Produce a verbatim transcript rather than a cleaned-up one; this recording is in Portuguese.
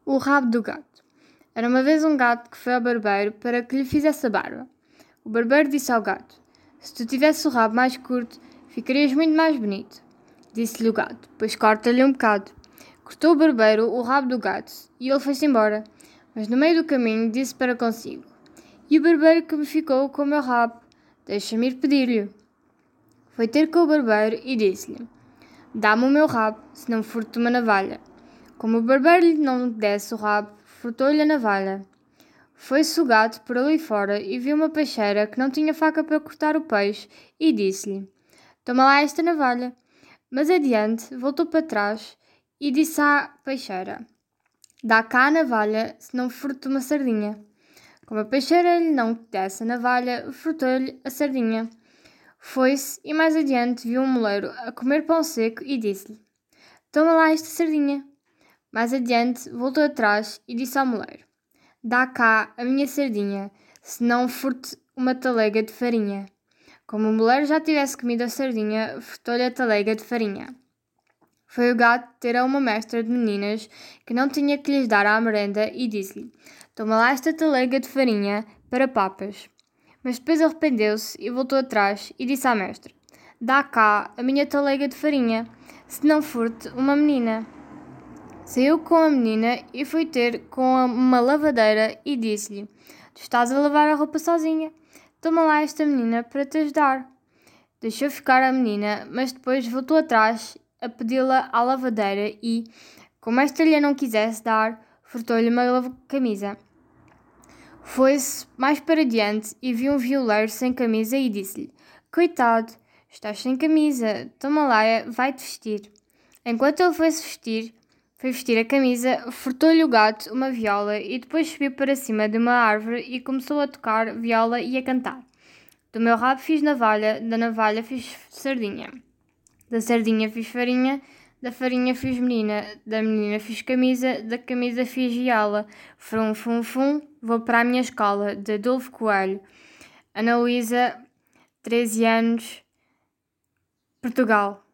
O rabo do gato. Era uma vez um gato que foi ao barbeiro para que lhe fizesse a barba. O barbeiro disse ao gato: "Se tu tivesse o rabo mais curto, ficarias muito mais bonito." Disse-lhe o gato: "Pois corta-lhe um bocado." Cortou o barbeiro o rabo do gato e ele foi-se embora. Mas no meio do caminho disse para consigo: "E o barbeiro que me ficou com o meu rabo? Deixa-me ir pedir-lhe." Foi ter com o barbeiro e disse-lhe: "Dá-me o meu rabo, senão furto uma navalha." Como o barbeiro lhe não desse o rabo, furtou-lhe a navalha. Foi-se o gato por ali fora e viu uma peixeira que não tinha faca para cortar o peixe e disse-lhe: "Toma lá esta navalha." Mas adiante voltou para trás e disse à peixeira: "Dá cá a navalha, senão furto uma sardinha." Como a peixeira lhe não desse a navalha, furtou-lhe a sardinha. Foi-se e mais adiante viu um moleiro a comer pão seco e disse-lhe: "Toma lá esta sardinha." Mais adiante voltou atrás e disse ao moleiro: "Dá cá a minha sardinha, senão furto uma talega de farinha." Como o moleiro já tivesse comido a sardinha, furtou-lhe a talega de farinha. Foi o gato ter a uma mestra de meninas que não tinha que lhes dar à merenda e disse-lhe: "Toma lá esta talega de farinha para papas." Mas depois arrependeu-se e voltou atrás e disse à mestra: "Dá cá a minha talega de farinha, senão furto uma menina." Saiu com a menina e foi ter com uma lavadeira e disse-lhe: "Tu estás a lavar a roupa sozinha. Toma lá esta menina para te ajudar." Deixou ficar a menina, mas depois voltou atrás a pedi-la à lavadeira e, como esta lhe não quisesse dar, furtou-lhe uma lava- camisa. Foi-se mais para diante e viu um violeiro sem camisa e disse-lhe: "Coitado, estás sem camisa, toma lá, vai-te vestir." Enquanto ele foi-se vestir, foi vestir a camisa, furtou-lhe o gato uma viola e depois subiu para cima de uma árvore e começou a tocar viola e a cantar: "Do meu rabo fiz navalha, da navalha fiz sardinha. Da sardinha fiz farinha, da farinha fiz menina, da menina fiz camisa, da camisa fiz viola. Frum, fum, fum, vou para a minha escola." De Adolfo Coelho. Ana Luísa, treze anos, Portugal.